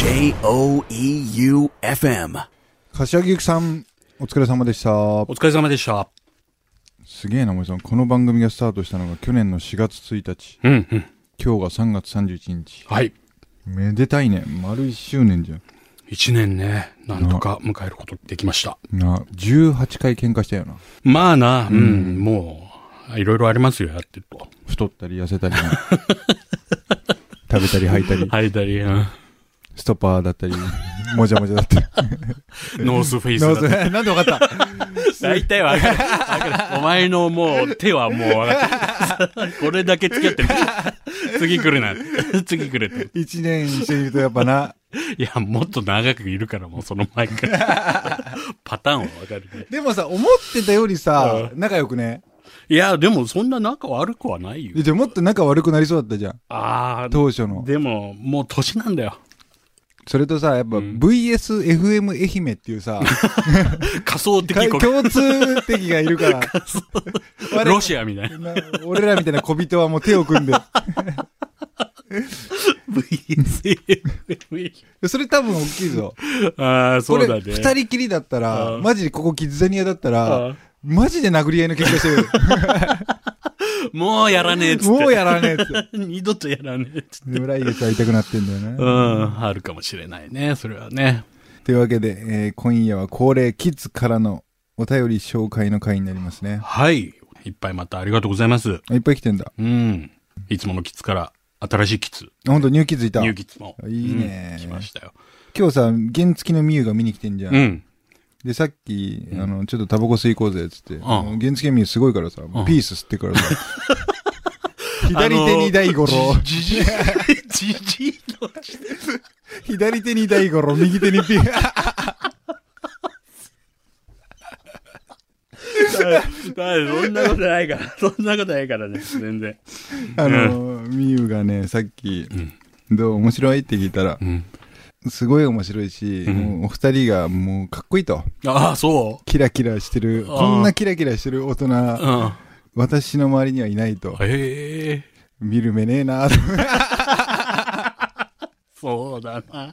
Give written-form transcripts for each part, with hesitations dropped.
J-O-E-U-F-M 柏木由紀さん、お疲れ様でした。 お疲れ様でした。 すげえな、森さん。この番組がスタートしたのが去年の4月1日。 うんうん。 今日が3月31日。 はい。 めでたいね。丸1周年じゃん。 1年ね、なんとか迎えることできました。 18回喧嘩したよな。 まあな、もう、いろいろありますよ、やってると。 太ったり痩せたりな。食べたり吐いたり。 吐いたり、 ストッパーだったり、もじゃもじゃだったり。 ノースフェイスだったり。 なんでわかった？ 大体わかる。お前のもう手はもうわかった。これだけ付き合ってる。次来るな。次来るって。 1年一緒にいるとやっぱな。 いや、もっと長くいるからもうその前から。パターンはわかるね。 でもさ、思ってたよりさ、仲良くね。 いや、でもそんな仲悪くはないよ。 でもっと仲悪くなりそうだったじゃん。 ああ。 当初の。 でも、もう年なんだよ。 それとさ、やっぱ VSFM 愛媛っていうさ、 仮想的国共通的がいるから。 ロシアみたいな。 俺らみたいな小人はもう手を組んで。 VSFM それ多分大きいぞ。 ああ、そうだね。 これ二人きりだったら、マジでここキッザニアだったら、マジで殴り合いの喧嘩してる。 もうやらねえっつって。 もうやらねえっつって。 二度とやらねえっつって。 来月会いたくなってんだよね。 あるかもしれないね、それはね。 というわけで、今夜は恒例キッズからのお便り紹介の回になりますね。 はい。いっぱいまたありがとうございます。 いっぱい来てんだ。 いつものキッズから新しいキッズ。 ほんとニューキッズいた。 ニューキッズも。 いいね。 来ましたよ。 今日さ、原付のミュウが見に来てんじゃん。で、さっき、ちょっとタバコ吸い行こうぜ、つって。原付ミュウすごいからさ、ピース吸ってからさ。左手に大五郎。 じじいの。 左手に大五郎、右手にピース。 そんなことないから。そんなことないからね、全然。 ミュウがね、さっき、どう面白いって聞いたら、すごい面白いし、もうお二人がもうかっこいいと。 ああ、そう。 キラキラしてる、こんなキラキラしてる大人、私の周りにはいないと。見る目ねえなと。 そうだな。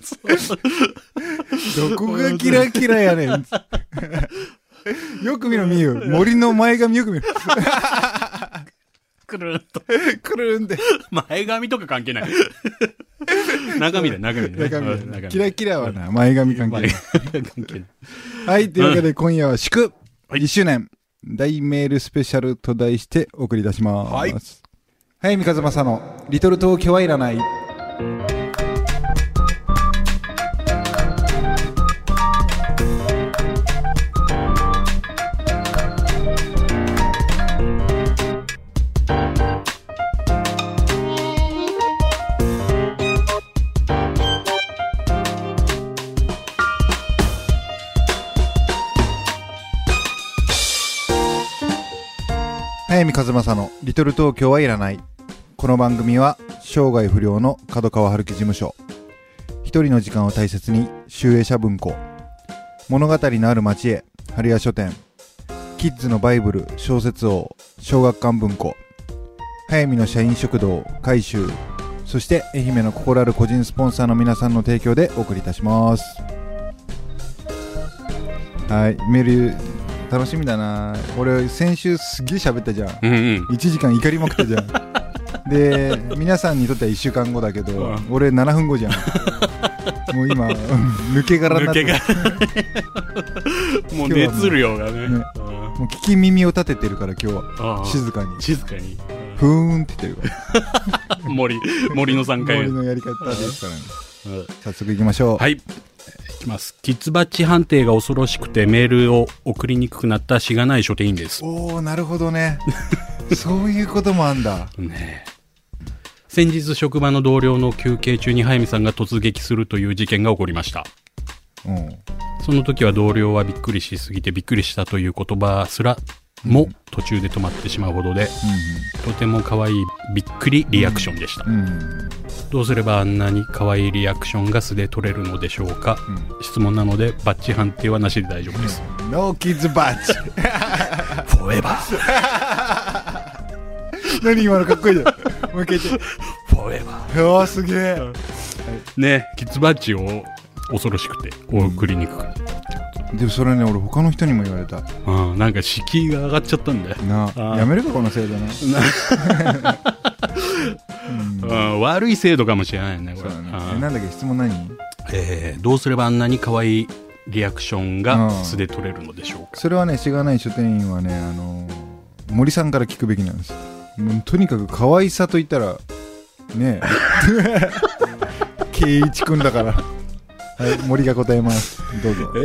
どこがキラキラやねん。よく見ろ、ミュウ。森の前髪よく見ろ。 くるんと。 くるんで。 前髪とか関係ない。中身だ、中身だ。 キラキラはな、前髪関係ない。はい、というわけで今夜は祝1周年大メールスペシャルと題して送り出します。はい。はい、三風正のリトル東京はいらない。早見和正のリトル東京はいらない。この番組は生涯不良の角川春樹事務所、一人の時間を大切に集英社文庫、物語のある町へ春屋書店、キッズのバイブル小説王小学館文庫、早見の社員食堂改修、そして愛媛の心ある個人スポンサーの皆さんの提供でお送りいたします。はい、メール楽しみだな。俺先週すげえ喋ったじゃん。1時間怒りまくったじゃん。で、皆さんにとっては1週間後だけど、俺7分後じゃん。もう今抜け殻になってる。 もう熱量がね。もう聞き耳を立ててるから今日は静かに。ふーんって言ってるから。 森の3回。 森のやり方ですからね。早速行きましょう。 はい。キッズバッジ判定が恐ろしくてメールを送りにくくなったしがない書店員です。 おー、なるほどね。そういうこともあんだ。 ねえ。先日職場の同僚の休憩中に早見さんが突撃するという事件が起こりました。その時は同僚はびっくりしすぎてびっくりしたという言葉すらも途中で止まってしまうほどで、とても可愛いびっくりリアクションでした。どうすればあんなに可愛いリアクションが素で取れるのでしょうか。質問なのでバッジ判定はなしで大丈夫です。 ノーキッズバッジフォーエバー。 何今のかっこいいじゃん。もう一回言って。 フォーエバー。 うわすげえ。 ね、キッズバッジを恐ろしくて送りにくくて、 でもそれね、俺他の人にも言われた。 なんか敷居が上がっちゃったんだよな。やめるかこの制度な。 悪い制度かもしれないねこれ。 なんだっけ、質問何？ どうすればあんなに可愛いリアクションが素で取れるのでしょうか。 それはね、しがない書店員はね、森さんから聞くべきなんですよ。もうとにかく可愛さと言ったらね圭一くんだから。はい、森が答えます。どうぞ。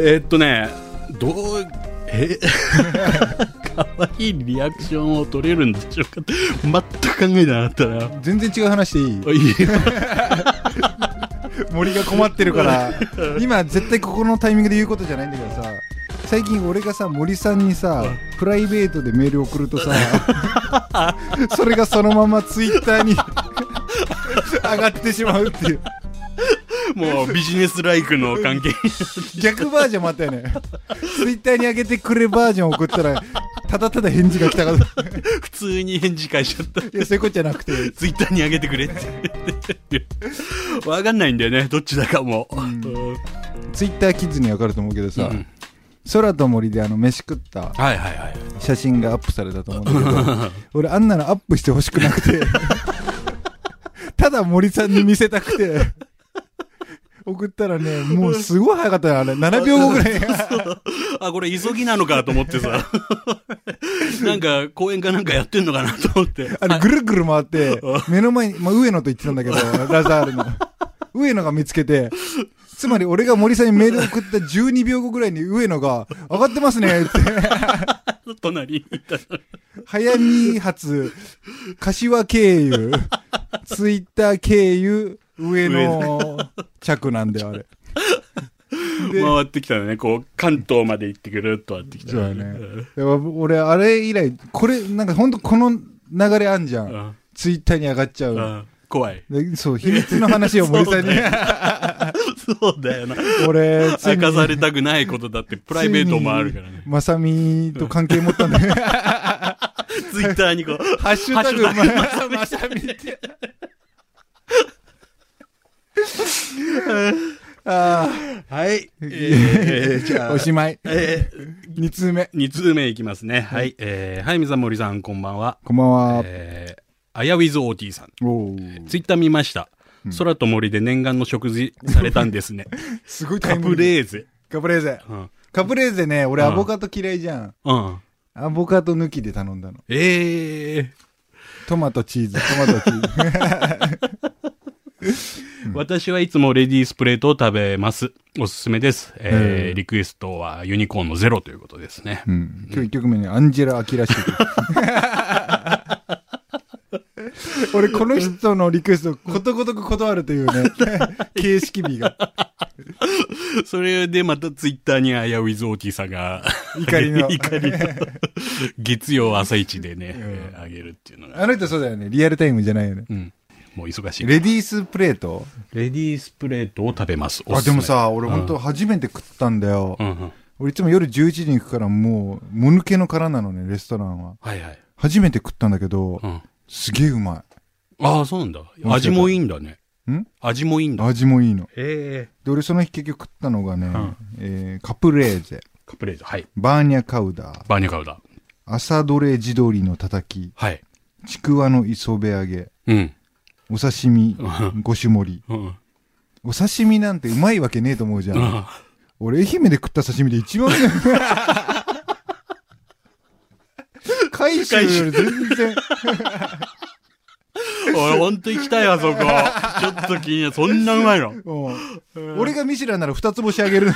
可愛いリアクションを取れるんでしょうかって全く考えてなかったな。 全然違う話でいい？いい森が困ってるから今絶対ここのタイミングで言うことじゃないんだけどさ、最近俺がさ森さんにさプライベートでメール送るとさそれがそのままツイッターに上がってしまうっていうもうビジネスライクの関係逆バージョンもあったよね。ツイッターに上げてくれバージョン送ったらただただ返事が来たから普通に返事返しちゃった。いやそういうことじゃなくてツイッターに上げてくれって分かんないんだよね、どっちだかも。 ツイッターキッズに分かると思うけどさ、空と森で飯食った写真がアップされたと思うんだけど俺あんなのアップしてほしくなくてただ森さんに見せたくて送ったらね、もうすごい早かったよ、あれ。7秒後ぐらい。 これ急ぎなのかと思ってさ。なんか、公園かなんかやってんのかなと思って。 ぐるぐる回って、目の前に、上野と言ってたんだけど、ラザールの。上野が見つけて、つまり俺が森さんにメール送った12秒後ぐらいに上野が、上がってますね、って。 隣にいた。 早見発、柏経由、ツイッター経由、上の着なんだよあれ回ってきたね、こう関東まで行ってくるっと回ってきた。 そうだね。俺あれ以来これなんか本当この流れあんじゃん。ツイッターに上がっちゃう。 怖い。 そう秘密の話を森さんに。 そうだよな。 俺明かされたくないことだってプライベートもあるからね。 まさみと関係持ったんだよ。 ツイッターにこうハッシュタグまさみって。はい。じゃあ、おしまい。2通目。 2通目いきますね。はい。はい、水森さん、こんばんは。 こんばんは。 あやウィズオーティーさん。ツイッター見ました。空と森で念願の食事されたんですね。 すごいカプレーゼ。 カプレーゼ。カプレーゼね、俺アボカド嫌いじゃん。アボカド抜きで頼んだの。トマトチーズ。 私はいつもレディースプレートを食べます。おすすめです。リクエストはユニコーンのゼロということですね。 今日1曲目にアンジェラ・アキラシ俺この人のリクエストことごとく断るというね形式美がそれでまたツイッターにあやウィズオーティさんが怒りの月曜朝一でね、あげるっていうのが、 あの人そうだよね、リアルタイムじゃないよね。 もう忙しい。 レディースプレートを食べます。 でもさ、俺本当初めて食ったんだよ。俺いつも夜11時に行くからもうもぬけの殻なのね、レストランは。初めて食ったんだけど、すげえうまい。 ああ、そうなんだ。味もいいんだね。味もいいんだ。 味もいいの。で、俺その日結局食ったのがね、カプレーゼ。 はい。 バーニャカウダー。朝どれ地鶏のたたき。 はい。 ちくわの磯辺揚げ。お刺身、5種盛り。お刺身なんてうまいわけねえと思うじゃん。俺、愛媛で食った刺身で一番うまい。海州より全然。 俺、ほんと行きたいわ、そこ。ちょっと気になる。そんなうまいの。 俺がミシュランなら2つ星あげる。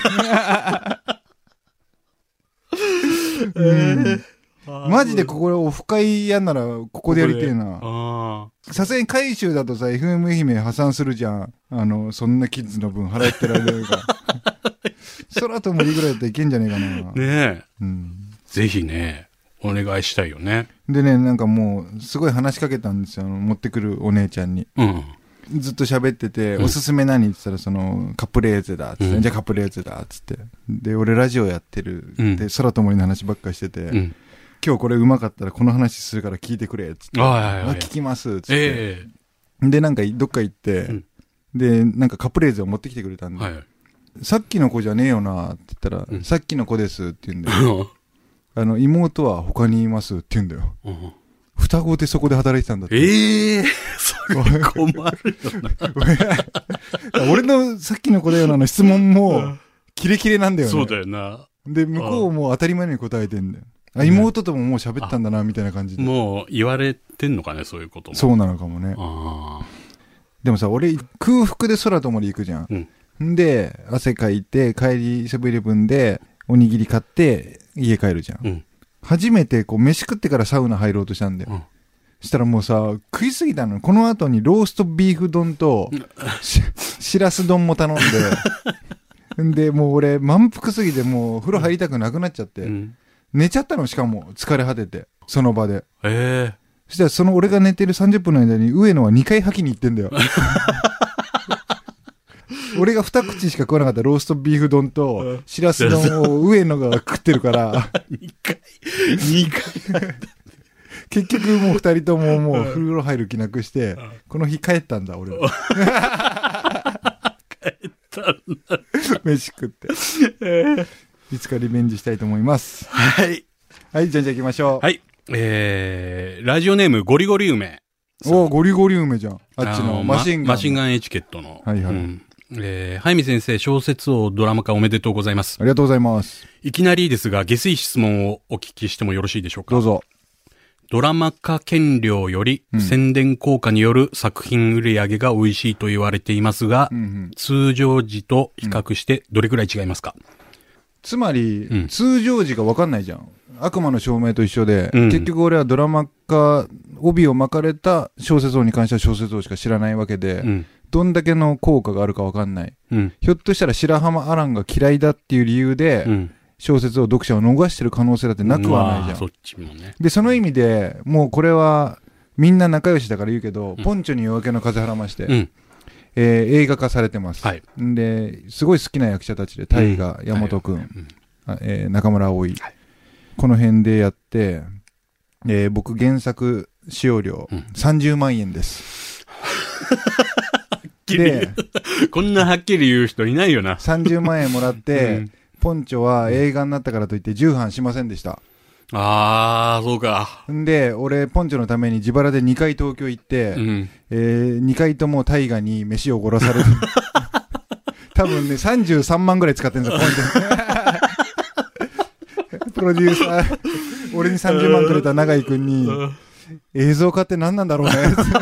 マジでここオフ会やんならここでやりてえな。さすがに海州だとさ FM 愛媛破産するじゃん。そんなキッズの分払ってられるから空と森ぐらいだったらいけんじゃねえかな。 ねえ、ぜひねお願いしたいよね。 でね、なんかもうすごい話しかけたんですよ、持ってくるお姉ちゃんに。ずっと喋ってて、おすすめ何って言ったらカプレーゼだっつって、じゃあカプレーゼだっつって、で俺ラジオやってる、で空と森の話ばっかりしてて、今日これうまかったらこの話するから聞いてくれっつって、聞きますっつって、でなんかどっか行って、 で、なんかカプレーゼを持ってきてくれたんで、 はい。 さっきの子じゃねえよなって言ったら、 うん、 さっきの子ですって言うんだよ。妹は他にいますって言うんだよ。双子でそこで働いてたんだって。 それ困るよな。俺のさっきの子だよなの質問も、キレキレなんだよね。 そうだよな。 で、向こうも当たり前に答えてんだよ。妹とももう喋ったんだな、みたいな感じで。 もう言われてんのかね、そういうことも。 そうなのかもね。でもさ、俺、空腹で空ともり行くじゃん。んで、汗かいて、帰りセブンイレブンで、おにぎり買って、家帰るじゃん。初めて、こう、飯食ってからサウナ入ろうとしたんだよ。そしたらもうさ、食いすぎたの。この後にローストビーフ丼と、しらす丼も頼んで、んで、もう俺、満腹すぎて、もう、風呂入りたくなくなっちゃって、寝ちゃったの、しかも、疲れ果てて、その場で。そしたら、その俺が寝てる30分の間に、上野は2回吐きに行ってんだよ。俺が2口しか食わなかったローストビーフ丼と、しらす丼を上野が食ってるから、 2回。 結局もう2人とももう風呂入る気なくして、この日帰ったんだ、俺は。 帰ったんだ。 飯食って。いつかリベンジしたいと思います。 はい。 はい、じゃあ行きましょう。 はい。ラジオネームゴリゴリ梅。 おー、ゴリゴリ梅じゃん。あっちのマシンガンエチケットの。 はいはい。 早見先生、小説王ドラマ化おめでとうございます。 ありがとうございます。 いきなりですが、下水質問をお聞きしてもよろしいでしょうか。 どうぞ。 ドラマ化権料より宣伝効果による作品売り上げが美味しいと言われていますが、通常時と比較してどれくらい違いますか？ つまり、通常時が分かんないじゃん。悪魔の証明と一緒で、結局俺はドラマ化、帯を巻かれた小説王に関しては小説王しか知らないわけで、どんだけの効果があるか分かんない。ひょっとしたら白浜アランが嫌いだっていう理由で、小説を読者を逃してる可能性だってなくはないじゃん。 そっちもね。 で、その意味で、もうこれは、みんな仲良しだから言うけど、ポンチョに夜明けの風はらまして、映画化されてます。はい。で、すごい好きな役者たちで、大河、大和くん、中村葵、この辺でやって、僕原作使用料、30万円です。 で、こんなはっきり言う人いないよな。 30万円もらって、ポンチョは映画になったからといって重版しませんでした。 そうか。 んで、俺、ポンチョのために自腹で2回東京行って、2回とも大河に飯をおごらされる。多分ね、33万ぐらい使ってるんですよ、ポンチョ。プロデューサー、俺に30万くれた永井くんに、映像化って何なんだろうね。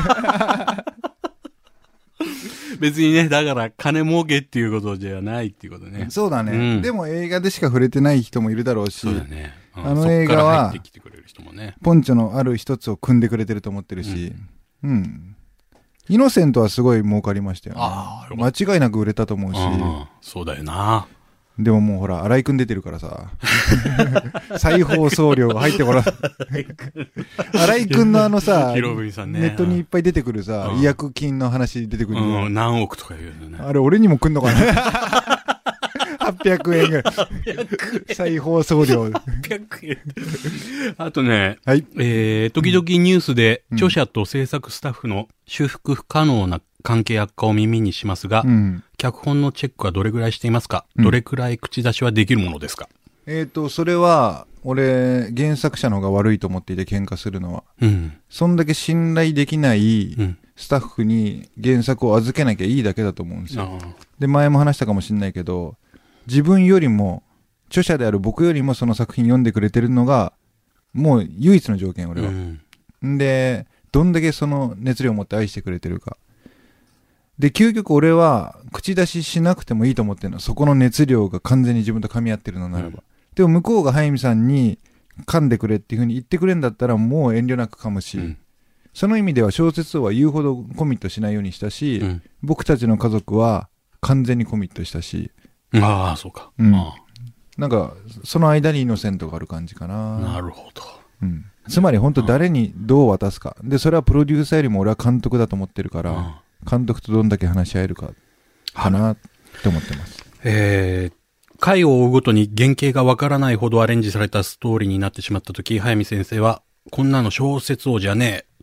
別にね、だから金儲けっていうことじゃないっていうことね。 そうだね。でも映画でしか触れてない人もいるだろうし、 そうだね。 あの映画は、ポンチョのある一つを組んでくれてると思ってるし、イノセントはすごい儲かりましたよね。間違いなく売れたと思うし。 そうだよな。 でももうほら、新井くん出てるからさ。再放送料が入ってこら新井くんのネットにいっぱい出てくるさ、違約金の話出てくる。 何億とか言うよね。 あれ俺にも来んのかな800円ぐらい。再放送料。 800円。あとね、 はい。 時々ニュースで、著者と制作スタッフの修復不可能な関係悪化を耳にしますが、脚本のチェックはどれくらいしていますか？どれくらい口出しはできるものですか？ それは、俺、原作者の方が悪いと思っていて喧嘩するのは。そんだけ信頼できないスタッフに原作を預けなきゃいいだけだと思うんですよ。で、前も話したかもしれないけど、自分よりも、著者である僕よりもその作品読んでくれてるのが、もう唯一の条件、俺は。で、どんだけその熱量を持って愛してくれてるか。で、究極俺は口出ししなくてもいいと思ってるの。そこの熱量が完全に自分と噛み合ってるのならば。でも向こうが早見さんに噛んでくれっていう風に言ってくれんだったらもう遠慮なく噛むし、その意味では小説は言うほどコミットしないようにしたし、僕たちの家族は完全にコミットしたし。 そうか。 なんか、その間にイノセントがある感じかな。 なるほど。 つまり本当誰にどう渡すか。で、それはプロデューサーよりも俺は監督だと思ってるから、監督とどんだけ話し合えるか、かなって思ってます。 回を追うごとに原型がわからないほどアレンジされたストーリーになってしまったとき、早見先生は、こんなの小説王じゃねえ、と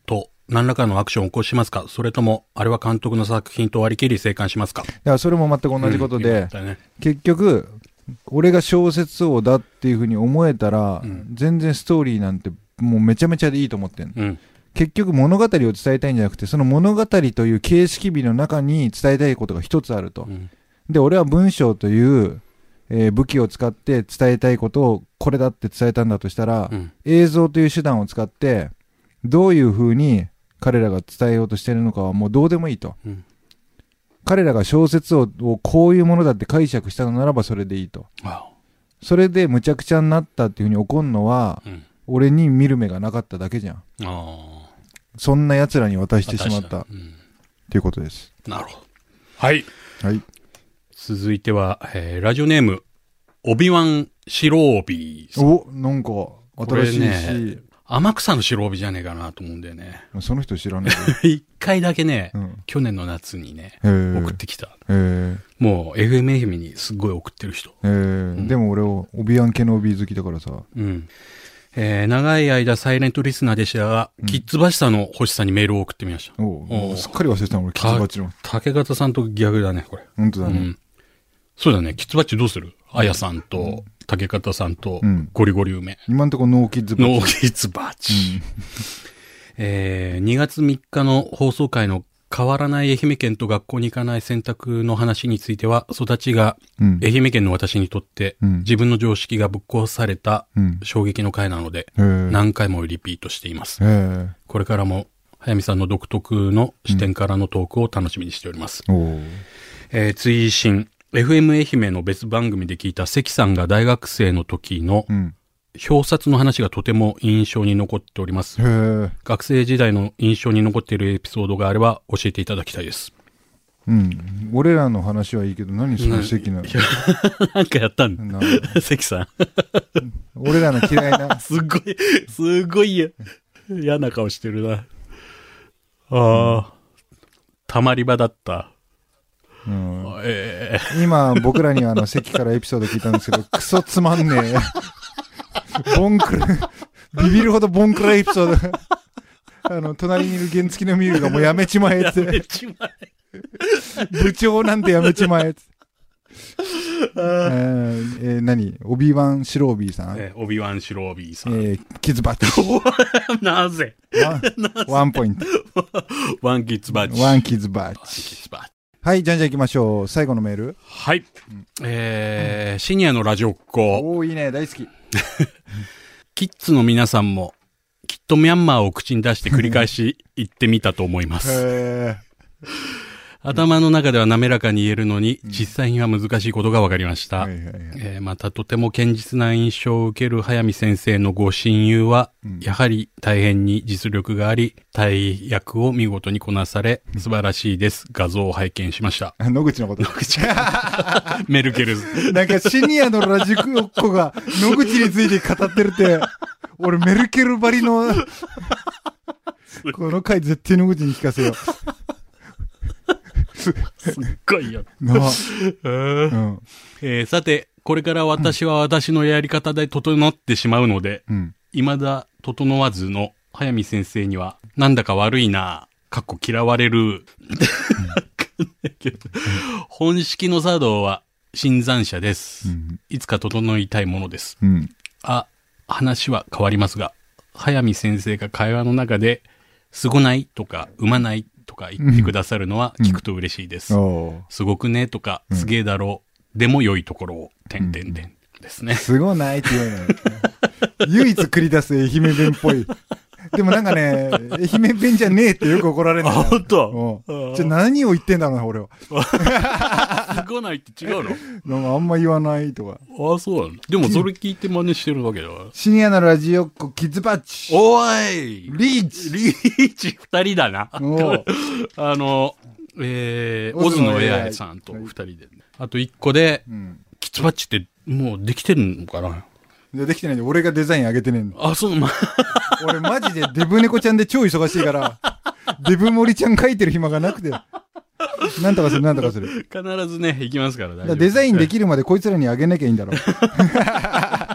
何らかのアクションを起こしますか？それとも、あれは監督の作品と割り切り生還しますか？ だからそれも全く同じことで、結局、俺が小説王だっていうふうに思えたら、全然ストーリーなんてもうめちゃめちゃでいいと思ってんの。結局物語を伝えたいんじゃなくて、その物語という形式美の中に伝えたいことが一つあると。で、俺は文章という、武器を使って伝えたいことをこれだって伝えたんだとしたら、映像という手段を使ってどういうふうに彼らが伝えようとしているのかはもうどうでもいいと。彼らが小説をこういうものだって解釈したのならばそれでいいと。それでむちゃくちゃになったっていうふうに怒るのは、俺に見る目がなかっただけじゃん。そんな奴らに渡してしまったっていうことです。 なるほど。はい。 はい。 続いては、ラジオネームオビワン白帯さん。 お、なんか新しいし、ね、 天草の白帯じゃねえかなと思うんだよね。 その人知らない。 一回だけね、去年の夏にね、送ってきた。もう FM 愛媛にすっごい送ってる人。 でも俺をオビワン系の帯好きだからさ。 長い間サイレントリスナーでしたが、キッズバチさんの星さんにメールを送ってみました。 すっかり忘れてたの俺、キッズバチの。 竹方さんと逆だね、これ。 本当だね。 そうだね、キッズバチどうする？あやさんと、竹方さんと、ゴリゴリ梅。 今んとこノーキッズバチ。 ノーキッズバチ。2月3日の放送回の変わらない愛媛県と学校に行かない選択の話については、育ちが愛媛県の私にとって、自分の常識がぶっ壊された衝撃の回なので、何回もリピートしています。これからも、早見さんの独特の視点からのトークを楽しみにしております。追伸、FM 愛媛の別番組で聞いた関さんが大学生の時の、表札の話がとても印象に残っております。学生時代の印象に残っているエピソードがあれば教えていただきたいです。 俺らの話はいいけど何その関なの？ なんかやったんだ。関さん。 俺らの嫌いな。 すごい嫌な顔してるな。たまり場だった。 今僕らには関からエピソード聞いたんですけど、クソつまんねえ。ビビるほどボンクラエピソード。隣にいる原付のミルがもうやめちまえって。部長なんてやめちまえって。何オビワン白帯さん？ オビワン白帯さん。 キズバッチ。 なぜワンポイント。 ワンキズバッチ。 ワンキズバッチ。はい、じゃんじゃん行きましょう。最後のメール。 はい。シニアのラジオっ子。 おー、いいね、大好き。 キッズの皆さんも、きっとミャンマーを口に出して繰り返し言ってみたと思います。頭の中では滑らかに言えるのに、実際には難しいことが分かりました。またとても堅実な印象を受ける早見先生のご親友は、やはり大変に実力があり、大役を見事にこなされ、素晴らしいです。画像を拝見しました。 野口のこと。 メルケルズ。 なんかシニアのラジオっ子が野口について語ってるって、俺メルケルばりの、この回絶対野口に聞かせよう。 すっごいよ。さて、これから私は私のやり方で整ってしまうので、未だ整わずの早見先生には、なんだか悪いな、嫌われる。本式の茶道は新参者です。いつか整いたいものです。話は変わりますが、早見先生が会話の中で、すごないとか、うまないとか言ってくださるのは聞くと嬉しいです。すごくねとか、すげえだろう、でも良いところを、ですね。 すごないって言うのよ。唯一繰り出す愛媛弁っぽい。でもなんかね、愛媛弁じゃねえってよく怒られるんだよ。 ほんと？ じゃあ何を言ってんだろうな、俺は。 すごないって違うの？ なんかあんま言わないとか。 そうなの？でもそれ聞いて真似してるわけだから。 シニアのラジオっ子、キッズバッチ。 おい！ リーチ二人だな。オズの AI さんと二人で。あと一個で、キッズバッチってもうできてるのかな？ できてないんで、俺がデザイン上げてねえの。 そう俺マジでデブ猫ちゃんで超忙しいから、デブ森ちゃん描いてる暇がなくて。なんとかする。 必ずね、行きますから大丈夫。 デザインできるまでこいつらに上げなきゃいいんだろ。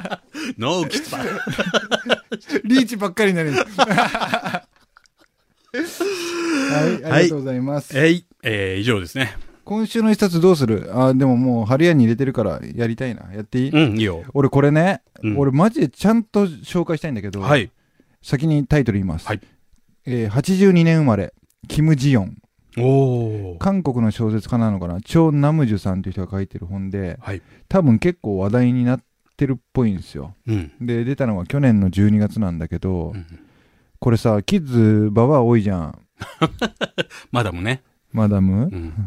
ノーキッズバッチ。 リーチばっかりになる。 はい、ありがとうございます。 以上ですね。 今週の一冊どうする？でももう春屋に入れてるからやりたいな。やっていい？ うん、いいよ。 俺これね、俺マジでちゃんと紹介したいんだけど、 はい。 先にタイトル言います。 はい。 82年生まれ、キム・ジヨン。 おー。 韓国の小説家なのかな、チョ・ナムジュさんという人が書いてる本で、 はい。 多分結構話題になってるっぽいんですよ。 うん。 で、出たのが去年の12月なんだけど、これさ、キッズ、ババア多いじゃん。 マダムね。 マダム、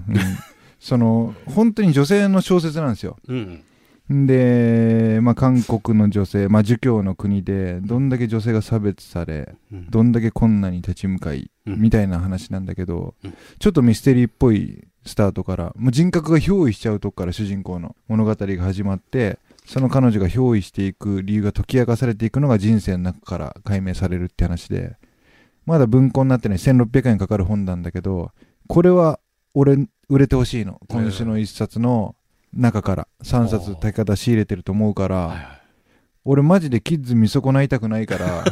本当に女性の小説なんですよ。で、韓国の女性、儒教の国で、どんだけ女性が差別され、どんだけ困難に立ち向かい、みたいな話なんだけど、ちょっとミステリーっぽいスタートから、もう人格が憑依しちゃうとこから主人公の物語が始まって、その彼女が憑依していく理由が解き明かされていくのが人生の中から解明されるって話で、まだ文庫になってない1600円かかる本なんだけど、これは売れてほしいの。今週の一冊の中から3冊炊き方仕入れてると思うから、俺マジでキッズ見損ないたくないから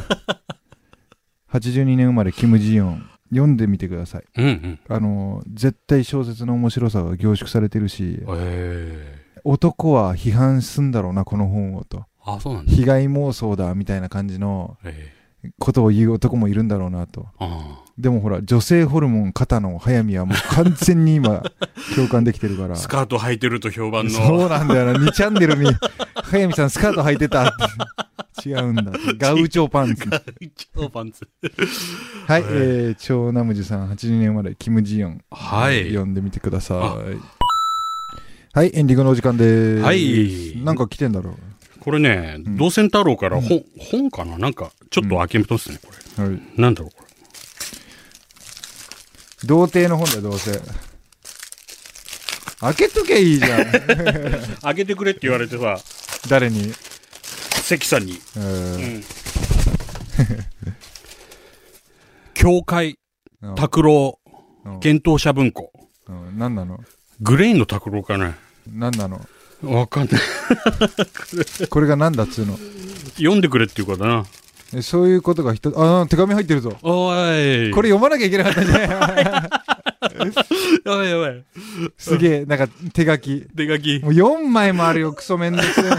82年生まれキム・ジヨン読んでみてください。絶対小説の面白さが凝縮されてるし、男は批判すんだろうなこの本をと。 そうなんだ。 被害妄想だみたいな感じのことを言う男もいるんだろうなと。でもほら、女性ホルモン肩の速水はもう完全に今共感できてるからスカート履いてると評判の。 そうなんだよな。2チャンネルに速水さんスカート履いてたって違うんだ。ガウチョウパンツ。 ガウチョウパンツはい、チョウナムジさん82年生まれキム・ジヨン、読んでみてください。はい、エンディングのお時間でーす。はい。なんか来てんだろう。 これね、同線太郎から本かな、なんかちょっと開けますね、これ。なんだろうこれ。 童貞の本だよ、どうせ。開けとけいいじゃん。 開けてくれって言われてさ。 誰に？ 関さんに。教会、拓郎、幻冬舎文庫。 何なの？ グレインの拓郎かな。 何なの？ わかんない。 これが何だっつうの？ 読んでくれっていうことだな。 そういうことが手紙入ってるぞ。 おい。 これ読まなきゃいけなかったね。 やばいやばい。 すげえ、なんか手書き。 手書き。 もう4枚もあるよ、クソめんどくせえ。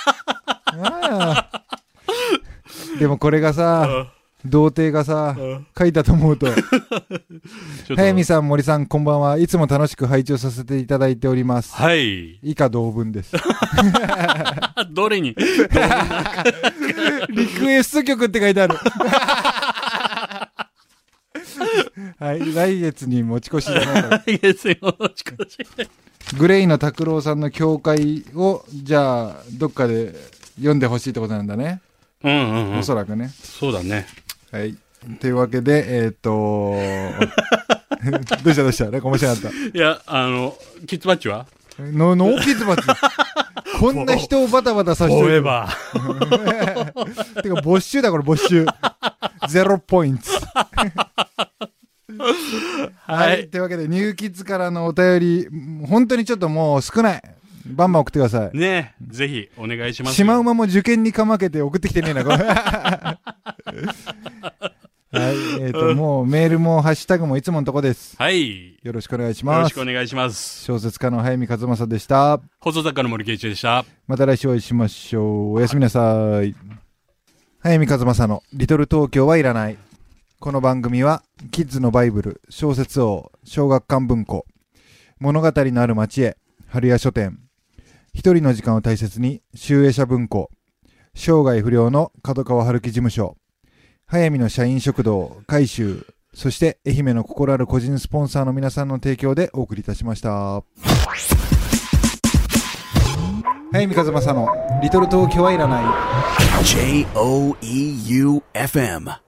でもこれがさ、童貞がさ、書いたと思うと。早見さん、森さん、こんばんは。いつも楽しく拝聴させていただいております。 はい。 以下同文です。 どれにリクエスト曲って書いてある。はい、来月に持ち越しじゃない。 来月に持ち越し。 グレイの拓郎さんの教会を、じゃあ、どっかで読んでほしいってことなんだね。おそらくね。 そうだね。 はい。というわけで、どうしたなんか面白かった。 いや、キッズバッジはノーキッズバッジ。こんな人をバタバタさせてる。 フォーエバー。 てか、没収だ、これ、没収。0ポイント。はい。というわけで、ニューキッズからのお便り、本当にちょっともう少ない。バンバン送ってください。 ねえ、ぜひお願いします。 シマウマも受験にかまけて送ってきてねえな、これ。はい、もうメールもハッシュタグもいつものとこです。 はい。 よろしくお願いします。 よろしくお願いします。 小説家の早見和正でした。 放送作家の森圭一でした。 また来週お会いしましょう。おやすみなさい。早見和正のリトル東京はいらない。この番組は、キッズのバイブル、小説王、小学館文庫、物語のある町へ、春屋書店、一人の時間を大切に、集英社文庫、生涯不良の角川春樹事務所、早見の社員食堂、海舟、そして愛媛の心ある個人スポンサーの皆さんの提供でお送りいたしました。早見和正のリトル東京はいらない。 JOEUFM